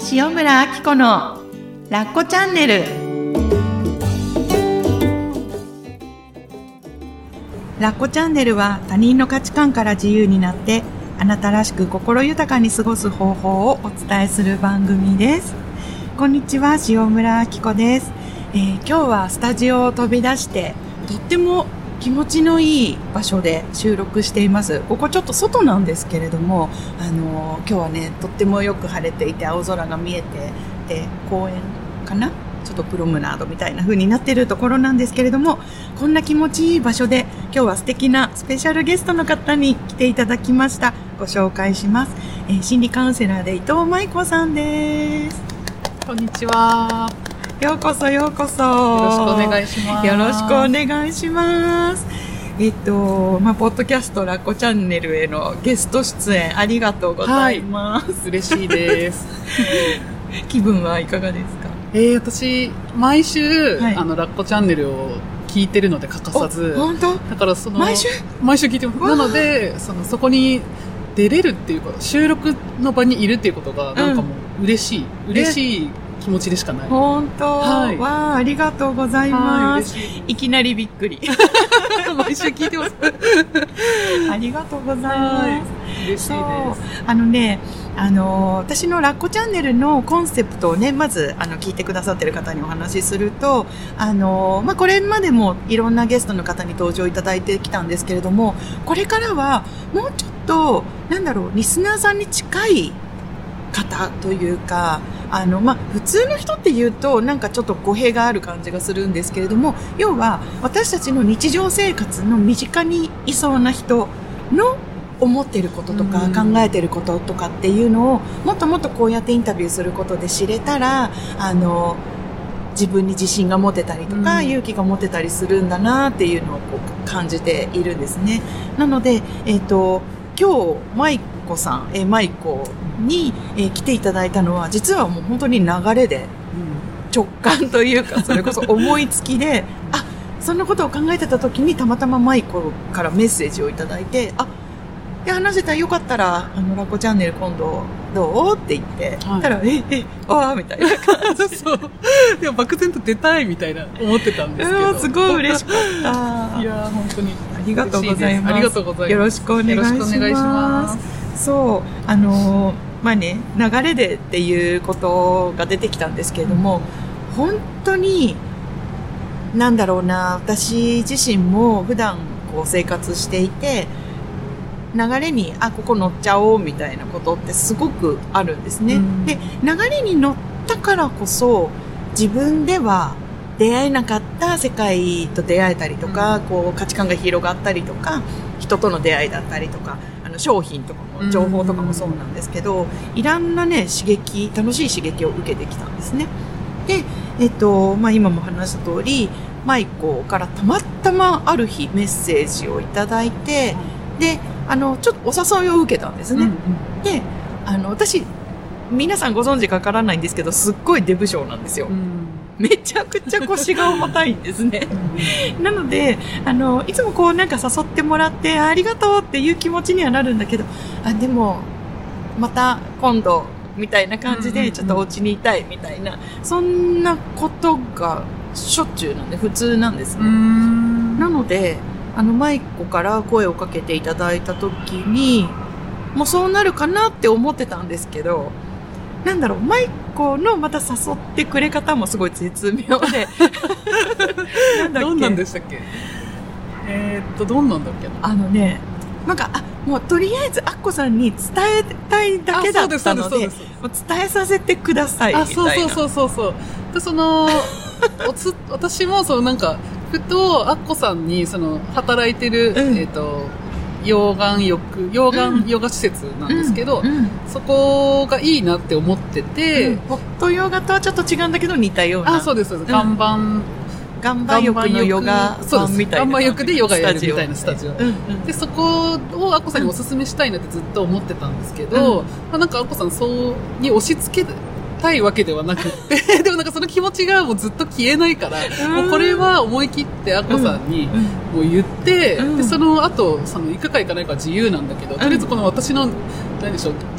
塩村あき子のラッコチャンネル。ラッコチャンネルは他人の価値観から自由になってあなたらしく心豊かに過ごす方法をお伝えする番組です。こんにちは、塩村あき子です。今日はスタジオを飛び出してとっても気持ちのいい場所で収録しています。ここちょっと外なんですけれども、今日はね、とってもよく晴れていて青空が見えて、で、公園かな？ちょっとプロムナードみたいな風になっているところなんですけれども、こんな気持ちいい場所で今日は素敵なスペシャルゲストの方に来ていただきました。ご紹介します。心理カウンセラーで伊藤舞子さんです。 こんにちは。 ようこそようこそ。 よろしくお願いします。 よろしくお願いします。ポッドキャストラッコチャンネルへのゲスト出演ありがとうございます。 はい、嬉しいです。 気分はいかがですか？ 私、毎週、ラッコチャンネルを聞いてるので欠かさず。 本当？ だから毎週聞いてます。なので、そこに出れるっていうこと、収録の場にいるっていうことが、なんかもう嬉しい気持ちでしかない。 本当、 はい、 わあ、ありがとうございます。いきなりびっくり。 毎週聞いてます。 ありがとうございます。 嬉しいです。 私のラッコチャンネルのコンセプトをね、まず聞いてくださってる方にお話しすると、これまでもいろんなゲストの方に登場いただいてきたんですけれども、これからはもうちょっとリスナーさんに近い方というか、普通の人って言うとなんかちょっと語弊がある感じがするんですけれども、要は私たちの日常生活の身近にいそうな人の思っていることとか考えていることとかっていうのをもっともっとこうやってインタビューすることで知れたら、自分に自信が持てたりとか、勇気が持てたりするんだなっていうのをこう感じているんですね。なので、今日舞子に、来ていただいたのは実はもう本当に流れで、直感というかそれこそ思いつきでそんなことを考えてた時にたまたま舞子からメッセージをいただいて、話せたらよかったらラッコチャンネル今度どうって言って、たらみたいな感じでそうでも漠然と出たいみたいな思ってたんですけどすごい嬉しかった。 いや本当にありがとうございます。 ありがとうございます。 よろしくお願いします。そう流れでっていうことが出てきたんですけれども、本当に私自身も普段こう生活していて流れにここ乗っちゃおうみたいなことってすごくあるんですね。で、流れに乗ったからこそ自分では出会えなかった世界と出会えたりとか、こう価値観が広がったりとか、人との出会いだったりとか、商品とかも情報とかもそうなんですけど、いろんなね楽しい刺激を受けてきたんですね。で、今も話した通り、舞子からたまたまある日メッセージをいただいて、で、ちょっとお誘いを受けたんですね。で、私、皆さんご存知かわからないんですけど、すっごいデブ症なんですよ。めちゃくちゃ腰が重たいんですね。なので、いつもこう誘ってもらって、ありがとうっていう気持ちにはなるんだけど、でも、また今度、みたいな感じで、ちょっとお家にいたいみたいな、そんなことがしょっちゅうなんで、普通なんですね。なので、舞子から声をかけていただいた時に、もうそうなるかなって思ってたんですけど、舞子のまた誘ってくれ方もすごい絶妙で。 どんなんでしたっけ？どんなんだっけな？もうとりあえずアッコさんに伝えたいだけだったので、もう伝えさせてくださいみたいな。 そう。で、私もふとアッコさんに働いてる、ヨガ施設なんですけど、そこがいいなって思ってて、 ホットヨガとはちょっと違うんだけど似たような。 そうです。岩盤浴のヨガ版みたいな。岩盤浴でヨガやるみたいなスタジオ。で、そこをアッコさんにおすすめしたいなってずっと思ってたんですけど、アッコさんそうに押し付けたいわけではなくってでもその気持ちがもうずっと消えないから、もうこれは思い切ってアッコさんにもう言って、でその後行くか行かないかは自由なんだけど、とりあえずこの私の何でしょう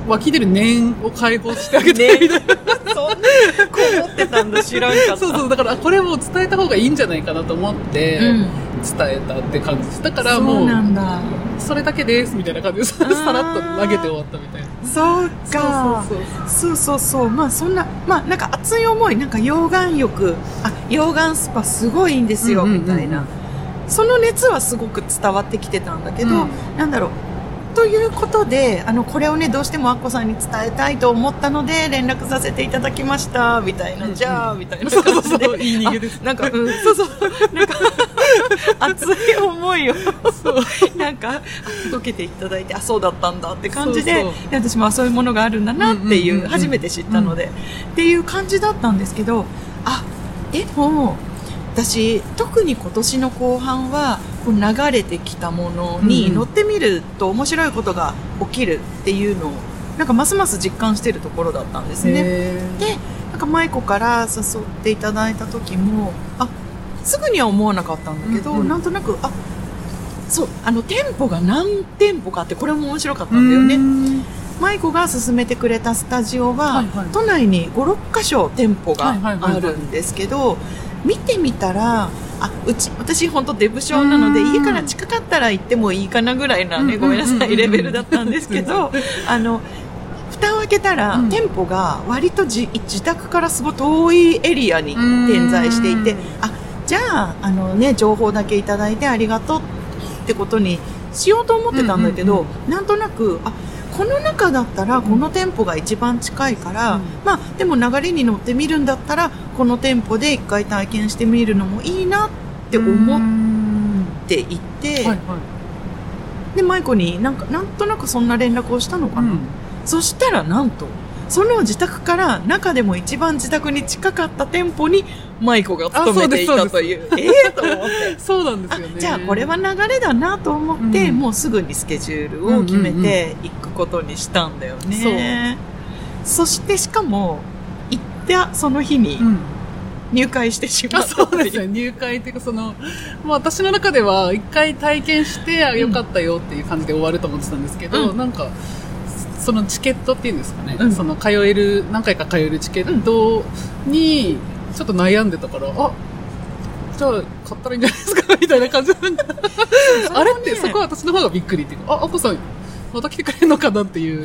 湧き出る念を解放してあげてみたいな。 そんな、こう思ってたんだ、知らんかった。 そうそう、だからこれも伝えた方がいいんじゃないかなと思って、伝えたって感じです。だからもう、そうなんだ。それだけですみたいな感じでさらっと投げて終わったみたいな。 そうか。そう。まあそんな、まあなんか熱い思い、なんか溶岩浴、溶岩スパすごいいいんですよ、みたいな。その熱はすごく伝わってきてたんだけど、なんだろう。ということで、これをね、どうしてもアッコさんに伝えたいと思ったので、連絡させていただきました、みたいな、じゃあ、みたいな感じで。 そう、いい逃げです。 なんか、そう、なんか、熱い思いを、なんか、届けていただいて、そうだったんだって感じで、で私もそういうものがあるんだなっていう、初めて知ったので、っていう感じだったんですけど、でも、私、特に今年の後半は、流れてきたものに乗ってみると面白いことが起きるっていうのをなんかますます実感しているところだったんですね。で、なんか舞子から誘っていただいた時もすぐには思わなかったんだけど、なんとなくそう店舗が何店舗かってこれも面白かったんだよね。舞子が勧めてくれたスタジオは、都内に 5,6 箇所店舗があるんですけど、見てみたら私本当デブ症なので家から近かったら行ってもいいかなぐらいなね、ごめんなさいレベルだったんですけど蓋を開けたら、店舗が割と自宅からすごい遠いエリアに点在していてじゃあね情報だけいただいてありがとうってことにしようと思ってたんだけど、なんとなくこの中だったらこの店舗が一番近いから、まあでも流れに乗ってみるんだったらこの店舗で一回体験してみるのもいいなって思っていて、で舞子になんとなくそんな連絡をしたのかな、そしたらなんとその自宅から中でも一番自宅に近かった店舗に舞子が勤めていたという。と思ってそうなんですよね。 じゃあこれは流れだなと思って、もうすぐにスケジュールを決めていくことにしたんだよね。そしてしかも行ったその日に入会してしまった。 そうですね。入会っていうか私の中では一回体験してよかったよっていう感じで終わると思ってたんですけど、なんかそのチケットっていうんですかね、その何回か通えるチケットにちょっと悩んでたから、じゃあ買ったらいいんじゃないですかみたいな感じなんだ。あれってそこは私の方がびっくりっていうか、アコさんまた来てくれるのかなっていう。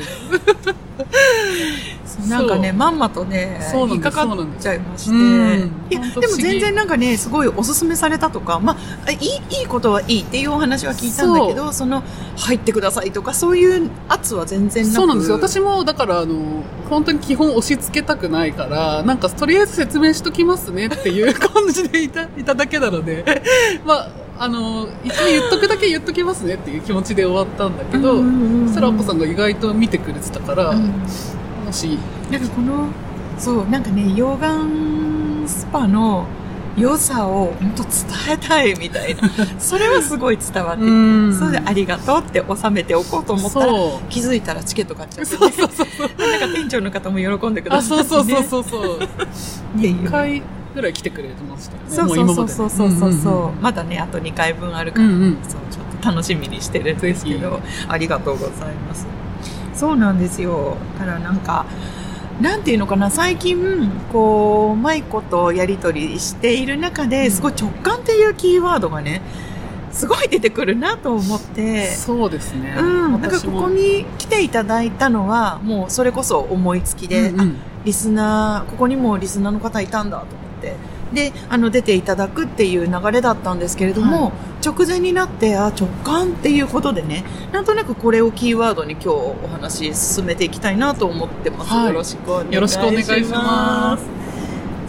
なんかね、まんまとね、引っかかっちゃいまして。いや、でも全然なんかね、すごいおすすめされたとか、いいことはいいっていうお話は聞いたんだけど、入ってくださいとか、そういう圧は全然なく。 そうなんですよ。私も、だから、本当に基本押し付けたくないから、なんか、とりあえず説明しときますねっていう感じでいただけなので、一応言っとくだけ言っときますねっていう気持ちで終わったんだけど、そしたらアッコさんが意外と見てくれてたから、もし。 なんかなんかね、溶岩スパの良さを本当伝えたいみたいな。それはすごい伝わってきて、それでありがとうって収めておこうと思ったら、気づいたらチケット買っちゃって、ね。なんか店長の方も喜んでくださって、ね。 そう。2回ぐらい来てくれてましたよね。 そう。まだね、あと2回分あるから、ちょっと楽しみにしてるんですけど、ありがとうございます。そうなんですよ。だからなんか、なんていうのかな、最近、舞子とやりとりしている中で、すごい直感っていうキーワードがね、すごい出てくるなと思って。 そうですね。 なんかここに来ていただいたのは、もうそれこそ思いつきで、リスナー、ここにもリスナーの方いたんだと思って。で、出ていただくっていう流れだったんですけれども、直前になって、直感っていうことでね、なんとなくこれをキーワードに今日お話進めていきたいなと思ってます。よろしくお願いします。 よろしくお願いします。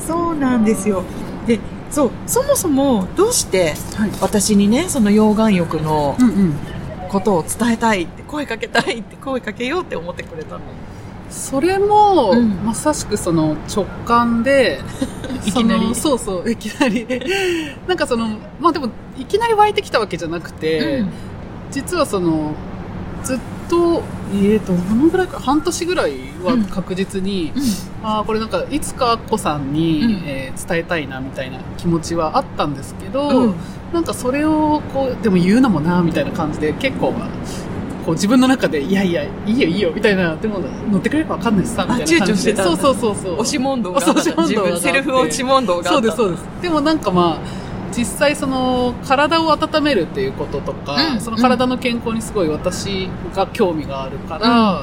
そうなんですよ。で、そもそもどうして私にね、その溶岩浴のことを伝えたいって、声かけたいって声かけようって思ってくれたの？ それも、まさしくその直感で、 いきなりそう、いきなり。なんかでも、いきなり湧いてきたわけじゃなくて、実はずっと、どのぐらいか、半年ぐらいは確実に、これなんか、いつかアッコさんに、伝えたいな、みたいな気持ちはあったんですけど、なんかそれをでも言うのもな、みたいな感じで、結構、 こう自分の中で、いやいや、いいよいいよ、みたいな、でも乗ってくれるかわかんないしさ、みたいな感じで。 躊躇してた。 そう。 押し問答があった。自分、セルフ押し問答があった。 そうです。でもなんかまあ、実際その体を温めるっていうこととか、その体の健康にすごい私が興味があるから、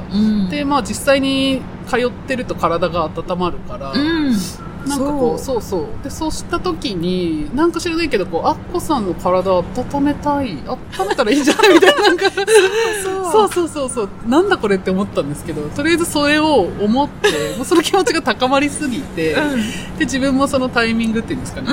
で、まあ実際に通ってると体が温まるから、なんかこう、そう。で、そうした時に、なんか知らないけど、こう、アッコさんの体温めたい。温めたらいいんじゃないみたいな、なんか。そう。なんだこれって思ったんですけど、とりあえずそれを思って、もうその気持ちが高まりすぎて、で、自分もそのタイミングっていうんですかね、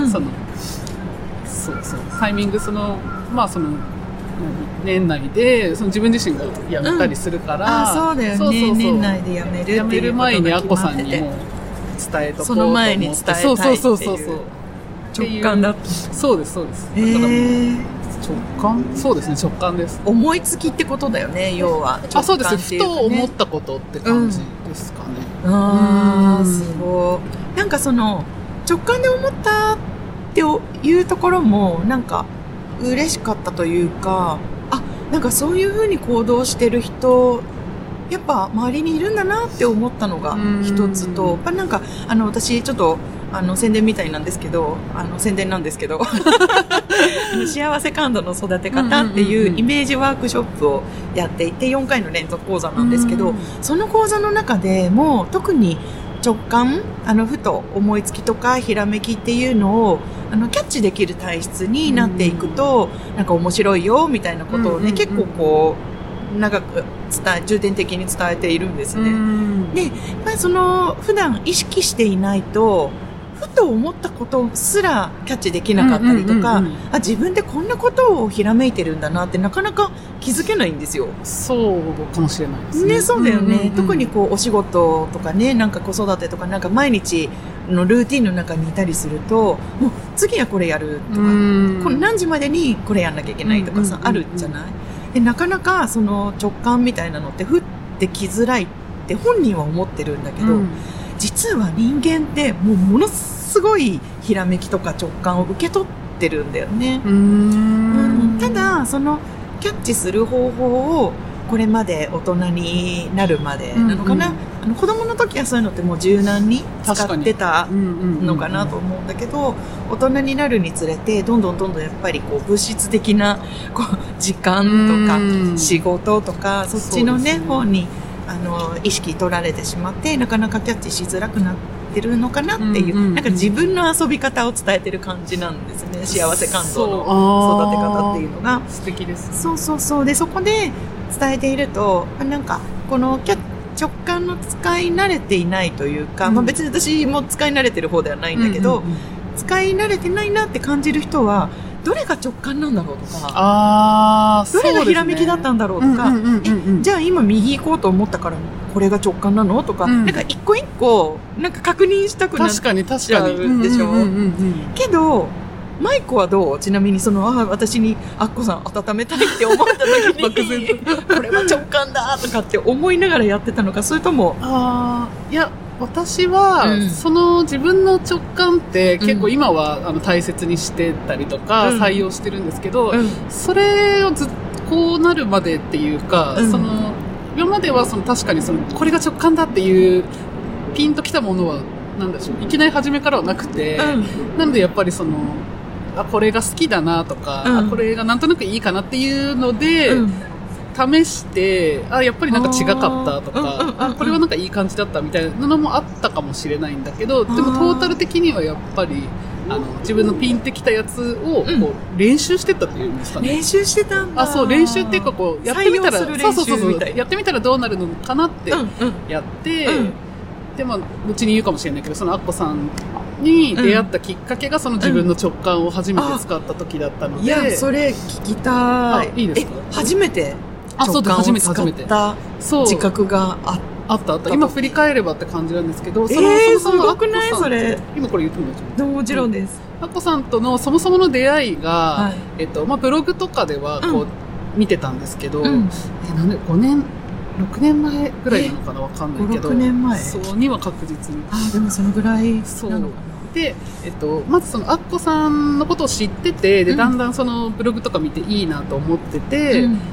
タイミングまあ年内で、自分自身が辞めたりするから。 そうだよね。年内で辞めるっていう。 辞める前にアッコさんにも伝えとこうと思って。 その前に伝えたいっていう。 そう。 直感だった。 そうです。だからもう直感？そうですね、直感です。 思いつきってことだよね、要は。 そうです。ふと思ったことって感じですかね。 すごい。なんか直感で思ったっていうところも、なんか、嬉しかったというか、なんかそういう風に行動してる人、やっぱ周りにいるんだなって思ったのが一つと、なんか、私ちょっと、宣伝みたいなんですけど、宣伝なんですけど、幸せ感度の育て方っていうイメージワークショップをやっていて、4回の連続講座なんですけど、その講座の中でも特に直感、ふと思いつきとかひらめきっていうのを、キャッチできる体質になっていくと、なんか面白いよ、みたいなことをね、結構こう、長く重点的に伝えているんですね。で、やっぱり普段意識していないと、ふと思ったことすらキャッチできなかったりとか、自分でこんなことをひらめいてるんだなってなかなか気づけないんですよ。 そうかもしれないですね。 そうだよね。特にこうお仕事とかね、なんか子育てとかなんか毎日のルーティンの中にいたりすると、もう次はこれやるとか、この何時までにこれやんなきゃいけないとかさ、あるじゃない？で、なかなかその直感みたいなのってふってきづらいって本人は思ってるんだけど、実は人間ってものすごいひらめきとか直感を受け取ってるんだよね。ただキャッチする方法をこれまで大人になるまでなのかな、子供の時はそういうのってもう柔軟に使ってたのかなと思うんだけど、大人になるにつれてどんどんやっぱりこう物質的なこう時間とか仕事とかそっちのね方に意識取られてしまってなかなかキャッチしづらくなってるのかなっていう、なんか自分の遊び方を伝えてる感じなんですね。幸せ感動の育て方っていうのが素敵です。 そうでそこで伝えているとなんかこの直感の使い慣れていないというか、別に私も使い慣れてる方ではないんだけど、使い慣れてないなって感じる人はどれが直感なんだろうとか、どれがひらめきだったんだろうとか、じゃあ今右行こうと思ったからこれが直感なのとか、なんか一個一個なんか確認したくなっちゃうでしょ。けどマイコはどう？ちなみに私にアッコさん温めたいって思った時にこれは直感だとかって思いながらやってたのか、それともいや私は、自分の直感って結構今は大切にしてたりとか採用してるんですけど、それをこうなるまでっていうか、今までは確かにこれが直感だっていうピンときたものはなんでしょう、いきなり初めからはなくて、なのでやっぱりこれが好きだなとか、これがなんとなくいいかなっていうので、試して、やっぱりなんか違かったとか、これはなんかいい感じだったみたいなのもあったかもしれないんだけど、でもトータル的にはやっぱり、自分のピンってきたやつをこう練習してたっていうんですかね。 練習してたんだ。 そう、練習っていうかこう、やってみたら、 そうやってみたらどうなるのかなってやって、で、後に言うかもしれないけど、アッコさんに出会ったきっかけが自分の直感を初めて使った時だったので。 いや、それ聞きたい。 いいですか？ 初めて直感を使った自覚があった。 今振り返ればって感じなんですけど、 すごくないそれ。 今これ言ってもいいですか？ もちろんです。 アッコさんとのそもそもの出会いが、ブログとかではこう見てたんですけど、5年、6年前ぐらいなのかな、わかんないけど。 6年前。 そうには確実に。 でもそのぐらいなのかな。 で、まずアッコさんのことを知ってて、で、だんだんブログとか見ていいなと思ってて、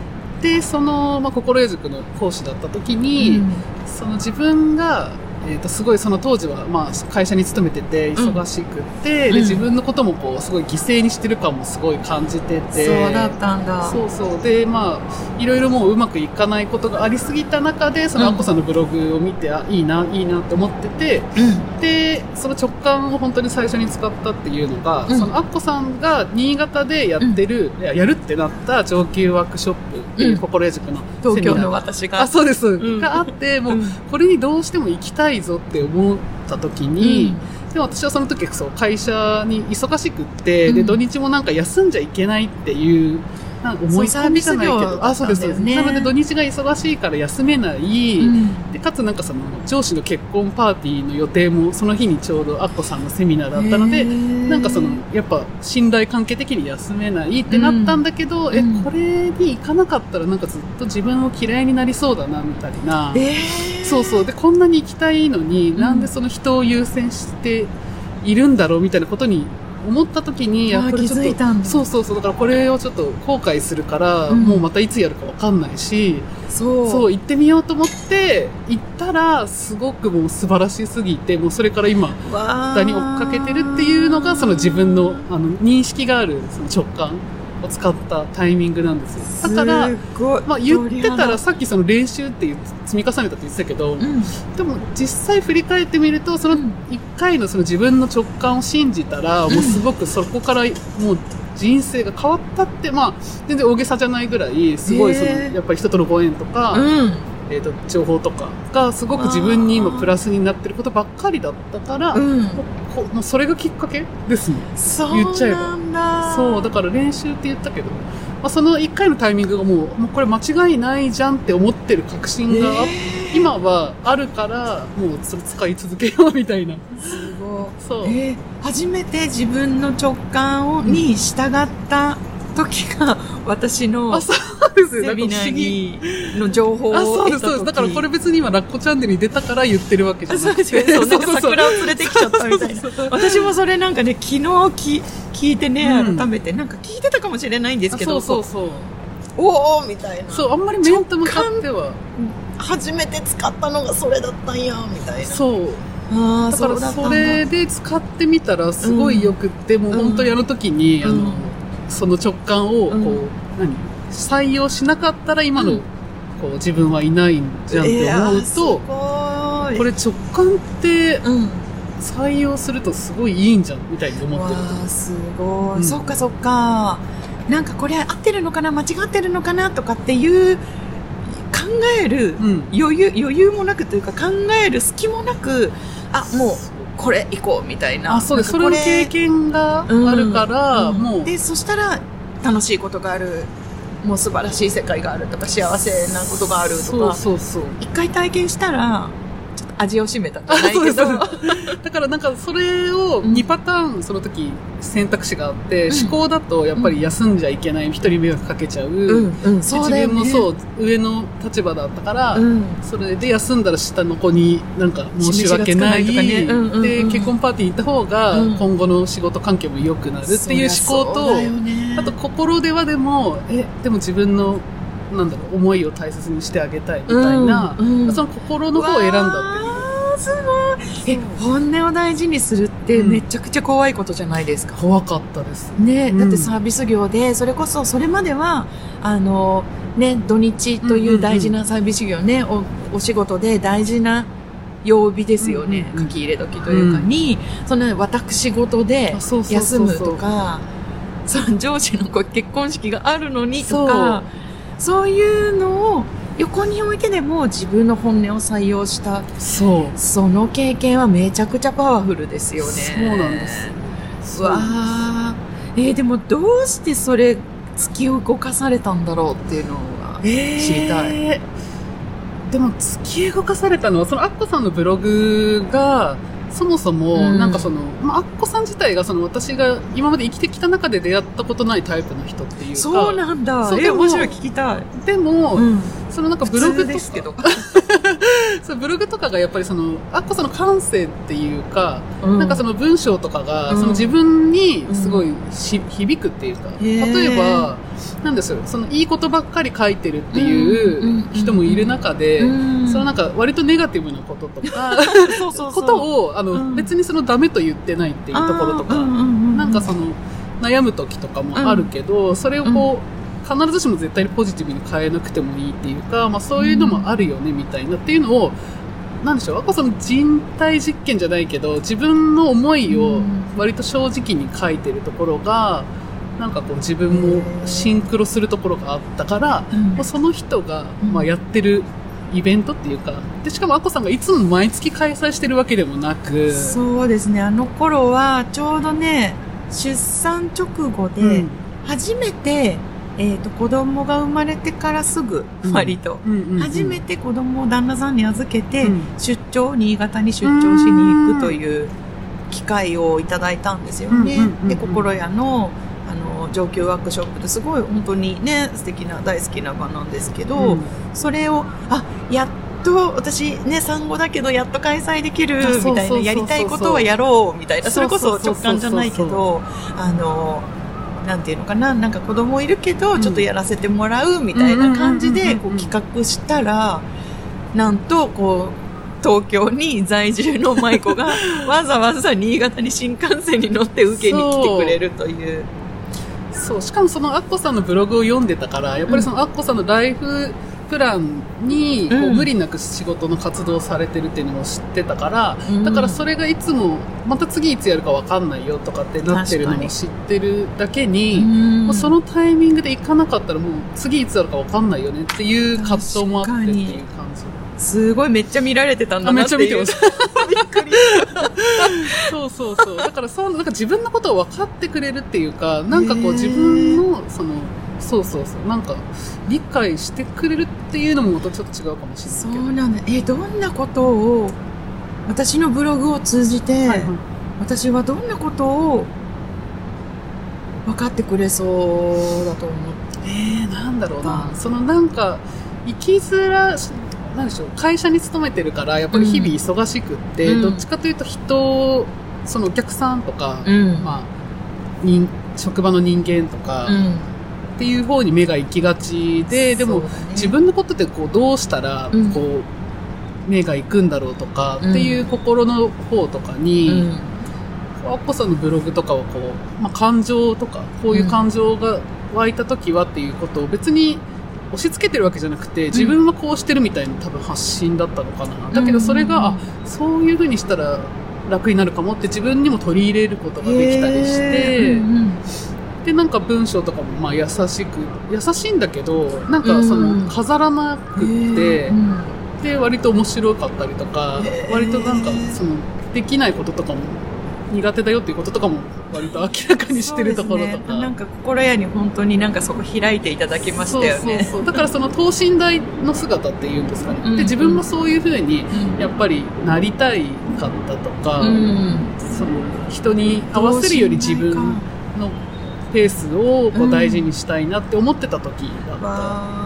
で、心得塾の講師だった時に、自分が、すごいその当時は、会社に勤めてて、忙しくて、で、自分のこともすごい犠牲にしてる感もすごい感じてて。 そうだったんだ。 そうそう。で、いろいろもううまくいかないことがありすぎた中で、アッコさんのブログを見て、いいなって思ってて、で、その直感を本当に最初に使ったっていうのが、アッコさんが新潟でやってる、やるってなった上級ワークショップ、心得塾の東京の私が。 そうです。があって、もう、これにどうしても行きたいぞって思った時に、でも私はその時会社に忙しくって、で土日も休んじゃいけないっていう思い込みじゃないけど、そうです。なので土日が忙しいから休めない、でかつ上司の結婚パーティーの予定もその日にちょうどアッコさんのセミナーだったので、やっぱ信頼関係的に休めないってなったんだけど、これに行かなかったらずっと自分を嫌いになりそうだなみたいな、そうそう。でこんなに行きたいのに、なんでその人を優先しているんだろうみたいなことに思った時に、 やっぱりちょっと、 そうだからこれをちょっと後悔するから、もうまたいつやるかわかんないし、そう行ってみようと思って行ったら、すごくもう素晴らしすぎて、もうそれから今下に追っかけてるっていうのが自分の認識がある直感を使ったタイミングなんですよ。だから言ってたら、さっき練習って積み重ねたって言ってたけど、でも実際振り返ってみると、その一回の自分の直感を信じたら、もうすごくそこからもう人生が変わったって、全然大げさじゃないぐらい、すごいやっぱり人とのご縁とか、情報とかがすごく自分に今プラスになってることばっかりだったから、もうそれがきっかけですね。言っちゃえば。そう、だから練習って言ったけど、その一回のタイミングがもうこれ間違いないじゃんって思ってる確信が今はあるから、もうそれ使い続けようみたいな。 すごい。 そう。 初めて自分の直感に従った時が、私のセミナーの情報を得た時。そうです。 だからこれ別に今ラッコチャンネルに出たから言ってるわけじゃなくて。 そうですよ。桜を連れてきちゃったみたいな。私もそれ昨日聞いてね、改めて聞いてたかもしれないんですけど。そう。おーみたいな。 そう、あんまり面と向かっては。 初めて使ったのがそれだったんや、みたいな。 そう。だからそれで使ってみたらすごいよくって、もう本当にあの時に、その直感を採用しなかったら今の自分はいないんじゃんって思うと、これ直感って採用するとすごいいいんじゃんみたいに思ってる。 すごい。そっか。これ合ってるのかな、間違ってるのかなとかっていう考える余裕もなくというか、考える隙もなく、もうこれ行こうみたいな。 そうです。それの経験があるから、もう。 で、そしたら楽しいことがある、もう素晴らしい世界があるとか、幸せなことがあるとか。そう。一回体験したら、ちょっと味を占めたじゃないけど。 だからそれを2パターンその時選択肢があって、思考だとやっぱり休んじゃいけない、人に迷惑かけちゃう。自分も上の立場だったから、それで休んだら下の子に申し訳ない。で、結婚パーティー行った方が今後の仕事関係も良くなるっていう思考と、あと心ではでも自分の思いを大切にしてあげたいみたいな、その心の方を選んだっていう。 すごい。本音を大事にするってめちゃくちゃ怖いことじゃないですか。 怖かったです。 ね、だってサービス業で、それこそそれまでは土日という大事なサービス業ね、お仕事で大事な曜日ですよね、書き入れ時というかに、私事で休むとか、上司の結婚式があるのにとか、そういうのを横に置いてでも自分の本音を採用した、その経験はめちゃくちゃパワフルですよね。 そうなんです。 でもどうしてそれ突き動かされたんだろうっていうのが知りたい。 でも突き動かされたのは、アッコさんのブログがそもそも、アッコさん自体が私が今まで生きてきた中で出会ったことないタイプの人っていうか。 そうなんだ。面白い、聞きたい。 でも、ブログですけど。 かブログとかがやっぱりアッコさんの感性っていうか、なんかその文章とかが、その自分にすごい響くっていうか、例えば、なんですよ、いいことばっかり書いてるっていう人もいる中で、なんか割とネガティブなこととか、ことを、別にダメと言ってないっていうところとか、なんか悩む時とかもあるけど、それを必ずしも絶対にポジティブに変えなくてもいいっていうか、そういうのもあるよねみたいなっていうのを、なんでしょう、アッコさんの人体実験じゃないけど、自分の思いを割と正直に書いてるところが、なんか自分もシンクロするところがあったから、その人がやってるイベントっていうか、でしかもアッコさんがいつも毎月開催してるわけでもなく、 そうですね、あの頃はちょうどね、出産直後で初めて、子供が生まれてからすぐ、割と、初めて子供を旦那さんに預けて、新潟に出張しに行くという機会をいただいたんですよね。で、心屋の、上級ワークショップですごい本当にね、素敵な、大好きな場なんですけど、それを、やっと、私ね、産後だけど、やっと開催できる、みたいな、やりたいことはやろう、みたいな、それこそ直感じゃないけど、なんていうのかな、なんか子供いるけど、ちょっとやらせてもらうみたいな感じで企画したら、なんと東京に在住の舞子がわざわざ新潟に新幹線に乗って受けに来てくれるという。 そう、しかもアッコさんのブログを読んでたから、やっぱりアッコさんのライフプランに無理なく仕事の活動をされてるっていうのも知ってたから、だからそれがいつもまた次いつやるか分かんないよとかってなってるのも知ってるだけに、もうそのタイミングで行かなかったらもう次いつやるか分かんないよねっていう葛藤もあってっていう感じ。 すごいめっちゃ見られてたんだなっていう。めっちゃ見てましたびっくりそうだからなんか自分のことを分かってくれるっていうか、なんか自分のなんか理解してくれるっていうのもまたちょっと違うかもしれないけど。 そうなんだ。どんなことを私のブログを通じて、私はどんなことを分かってくれそうだと思って。 なんだろうな。なんか生きづらなんでしょう、会社に勤めてるからやっぱり日々忙しくって、どっちかというとお客さんとか、職場の人間とか、っていう方に目が行きがちで、でも、自分のことでどうしたら目が行くんだろうとか、っていう心の方とかに、アッコさんのブログとかは感情とかこういう感情が湧いた時はっていうことを別に押し付けてるわけじゃなくて、自分はこうしてるみたいな多分発信だったのかな。だけどそれが、そういう風にしたら楽になるかもって自分にも取り入れることができたりして、で、なんか文章とかも優しいんだけど、なんか飾らなくって、で、割と面白かったりとか、割となんかできないこととかも、苦手だよっていうこととかも割と明らかにしてるところとか、 なんか心屋に本当になんかそこ開いていただきましたよね。 だから等身大の姿っていうんですかね、で自分もそういう風にやっぱりなりたいかったとか、人に合わせるより自分のペースを大事にしたいなって思ってた時だった、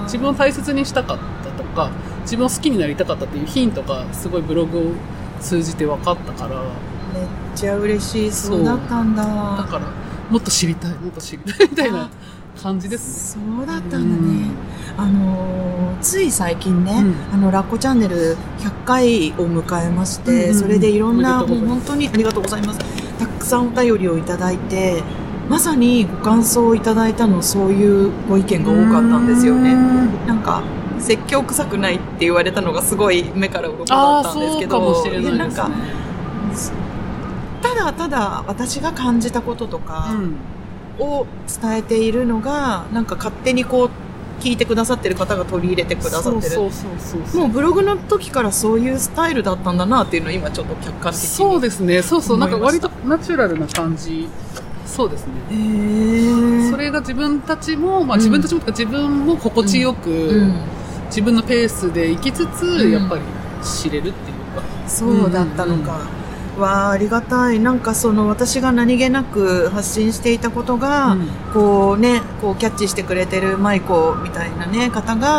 自分を大切にしたかったとか、自分を好きになりたかったっていうヒントがすごいブログを通じて分かったから、 めっちゃ嬉しい。そうだったんだ。だからもっと知りたいみたいな感じですね。そうだったんだね。つい最近ね、ラッコチャンネル100回を迎えまして、それでいろんな、もう本当にありがとうございます。たくさんお便りをいただいて、まさにご感想をいただいたの、そういうご意見が多かったんですよね。なんか説教臭くないって言われたのがすごい目から鱗だったんですけど、 そうかもしれないですね。 ただ私が感じたこととかを伝えているのが、なんか勝手に聞いてくださってる方が取り入れてくださってる。もうブログの時からそういうスタイルだったんだなっていうのを今ちょっと客観的に。 そうですね。なんか割とナチュラルな感じ。そうですね。それが自分たちも自分も心地よく、自分のペースで生きつつ、やっぱり知れるっていうか。 そうだったのか。ありがたい。なんか私が何気なく発信していたことが、キャッチしてくれてる舞子みたいなね、方が、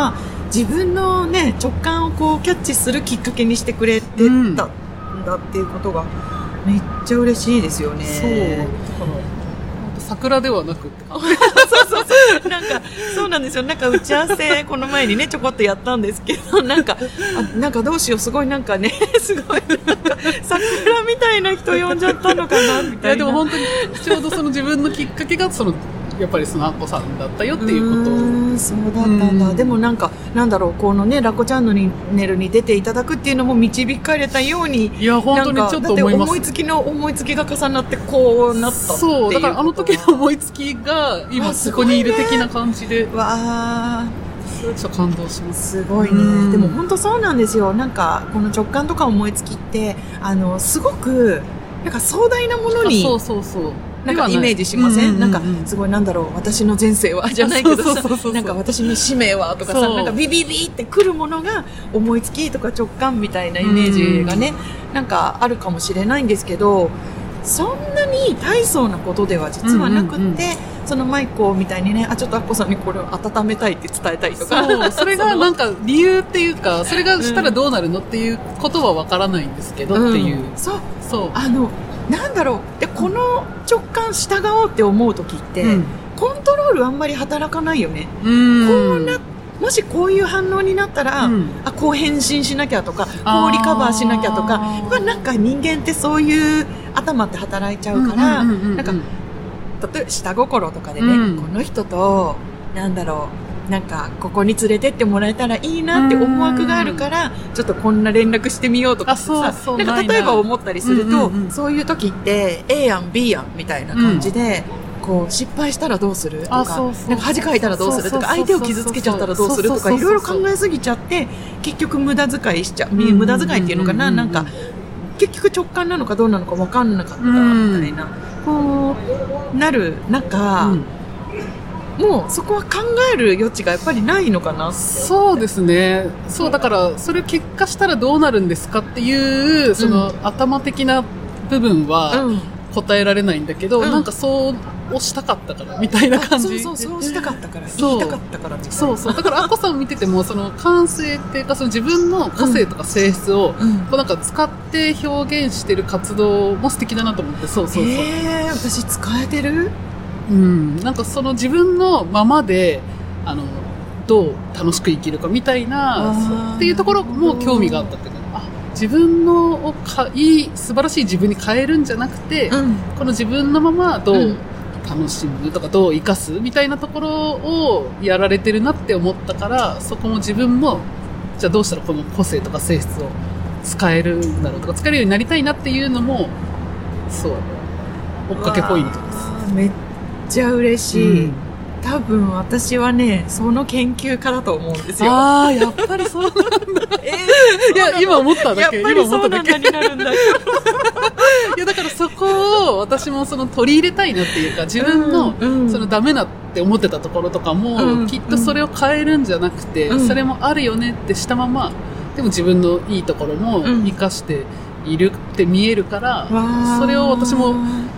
自分のね、直感をこうキャッチするきっかけにしてくれてたんだっていうことがめっちゃ嬉しいですよね。 そう。だから桜ではなくって感じ。 そう。なんか、そうなんですよ。なんか打ち合わせ、この前にね、ちょこっとやったんですけど、なんかどうしよう、すごいなんかね、すごい、なんか、桜みたいな人呼んじゃったのかな、みたいな。いや、 でも本当に、ちょうどその自分のきっかけが、やっぱりそのアッコさんだったよっていうこと。 そうだったんだ。でもなんか、なんだろう、このね、ラッコチャンネルに出ていただくっていうのも導かれたように。 いや、本当にちょっと思います。 思いつきの思いつきが重なってこうなったっていう。 そう、だからあの時の思いつきが、今ここにいる的な感じで。 わちょっと感動します。 すごいね。でも本当そうなんですよ。なんか、この直感とか思いつきって、すごく、なんか壮大なものに。 そう。 なんかイメージしません？なんか、すごいなんだろう、私の前世は、じゃないけどさ、なんか私の使命はとかさ、なんかビビビってくるものが思いつきとか直感みたいなイメージがね、なんかあるかもしれないんですけど、そんなに大層なことでは実はなくって、その舞子みたいにね、ちょっとアッコさんにこれを温めたいって伝えたいとか。 そう、それがなんか理由っていうか、それがしたらどうなるのっていうことはわからないんですけどっていう。 そう。なんだろう。で、この直感従おうって思うときって、コントロールあんまり働かないよね。もしこういう反応になったら、こう返信しなきゃとか、こうリカバーしなきゃとか、なんか人間ってそういう頭って働いちゃうから、なんか、例えば下心とかでね、この人と、なんだろう、なんか、ここに連れてってもらえたらいいなって思惑があるから、ちょっとこんな連絡してみようとかさ、なんか例えば思ったりすると、そういう時って A やん B やんみたいな感じで、こう失敗したらどうするとか、なんか恥かいたらどうするとか、相手を傷つけちゃったらどうするとか、いろいろ考えすぎちゃって、結局無駄遣いしちゃう。無駄遣いっていうのかな、なんか、結局直感なのかどうなのか分かんなかったみたいな、こうなる中、もうそこは考える余地がやっぱりないのかなって。 そうですね。そう、だからそれ結果したらどうなるんですかっていうその頭的な部分は答えられないんだけど、なんかそうしたかったからみたいな感じ。 そうしたかったから、言いたかったからみたいな。 そうだからアッコさんを見ててもその感性っていうかその自分の個性とか性質をこうなんか使って表現してる活動も素敵だなと思って。そう。 私使えてる？ なんかその自分のままでどう楽しく生きるかみたいなっていうところも興味があったっていうか、自分のを素晴らしい自分に変えるんじゃなくて、この自分のままどう楽しむとかどう生かすみたいなところをやられてるなって思ったから、そこも自分もじゃあどうしたらこの個性とか性質を使えるんだろうとか使えるようになりたいなっていうのもそう追っかけポイントです。 めっちゃ嬉しい。多分私はね、その研究家だと思うんですよ。 やっぱりそうなんだ。いや、今思っただけ。 やっぱりそうなんだになるんだ。いや、だからそこを私も取り入れたいなっていうか、自分のそのダメなって思ってたところとかも、きっとそれを変えるんじゃなくて、それもあるよねってしたまま、でも自分のいいところも活かしているって見えるから、それを私も、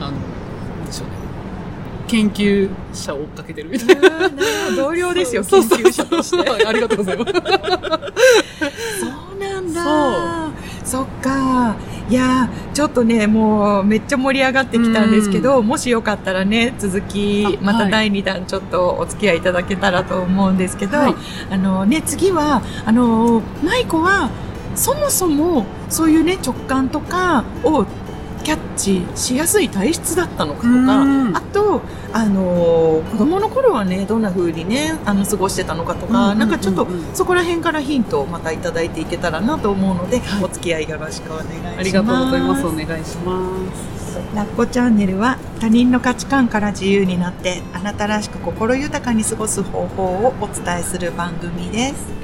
研究者を追っかけてるみたいな。 同僚ですよ、研究者として。 ありがとうございます。 そうなんだ。そっか。いや、ちょっとね、もうめっちゃ盛り上がってきたんですけど、もしよかったらね、続き、また第2弾ちょっとお付き合いいただけたらと思うんですけど、次は、舞子は、そもそもそういうね、直感とかをキャッチしやすい体質だったのかとか、あと、子供の頃はね、どんな風にね、過ごしてたのかとか、なんかちょっとそこら辺からヒントをまたいただいていけたらなと思うので、お付き合いよろしくお願いします。 ありがとうございます。お願いします。 ラッコチャンネルは他人の価値観から自由になって、あなたらしく心豊かに過ごす方法をお伝えする番組です。